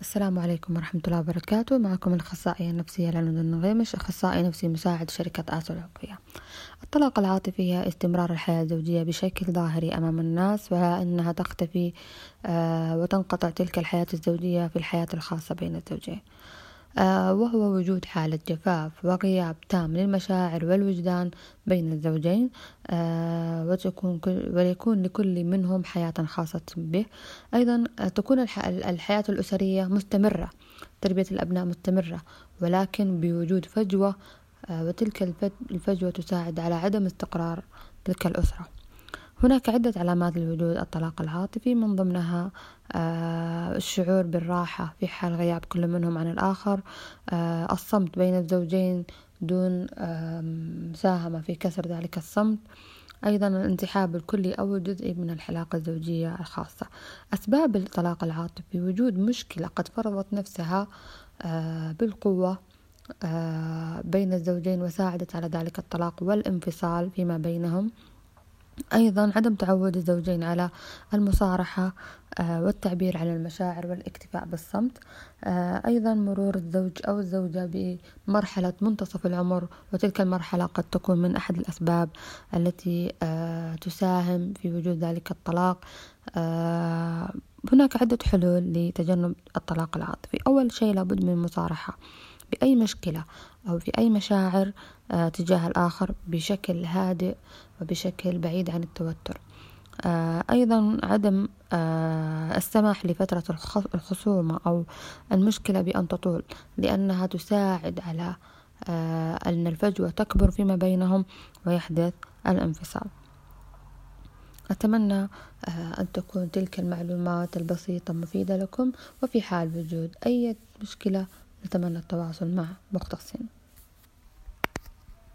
السلام عليكم ورحمة الله وبركاته. معكم الأخصائية النفسية لندى النغيمش، أخصائي نفسي مساعد شركة آسو العقية. الطلاق العاطفي هي استمرار الحياة الزوجية بشكل ظاهري أمام الناس، وأنها تختفي وتنقطع تلك الحياة الزوجية في الحياة الخاصة بين الزوجين، وهو وجود حالة جفاف وغياب تام للمشاعر والوجدان بين الزوجين، ويكون لكل منهم حياة خاصة به. أيضا تكون الحياة الأسرية مستمرة، تربية الأبناء مستمرة، ولكن بوجود فجوة، وتلك الفجوة تساعد على عدم استقرار تلك الأسرة. هناك عدة علامات لوجود الطلاق العاطفي، من ضمنها الشعور بالراحة في حال غياب كل منهم عن الآخر، الصمت بين الزوجين دون مساهمة في كسر ذلك الصمت، أيضا الانسحاب الكلي أو الجزئي من العلاقة الزوجية الخاصة. أسباب الطلاق العاطفي: وجود مشكلة قد فرضت نفسها بالقوة بين الزوجين وساعدت على ذلك الطلاق والانفصال فيما بينهم. أيضا عدم تعود الزوجين على المصارحة والتعبير عن المشاعر والاكتفاء بالصمت. أيضا مرور الزوج أو الزوجة بمرحلة منتصف العمر، وتلك المرحلة قد تكون من أحد الأسباب التي تساهم في وجود ذلك الطلاق. هناك عدة حلول لتجنب الطلاق العاطفي. أول شيء لابد من المصارحة بأي مشكلة أو في أي مشاعر تجاه الآخر بشكل هادئ وبشكل بعيد عن التوتر. أيضا عدم السماح لفترة الخصومة أو المشكلة بأن تطول، لأنها تساعد على أن الفجوة تكبر فيما بينهم ويحدث الانفصال. أتمنى أن تكون تلك المعلومات البسيطة مفيدة لكم، وفي حال وجود أي مشكلة نتمنى التواصل مع مختصين.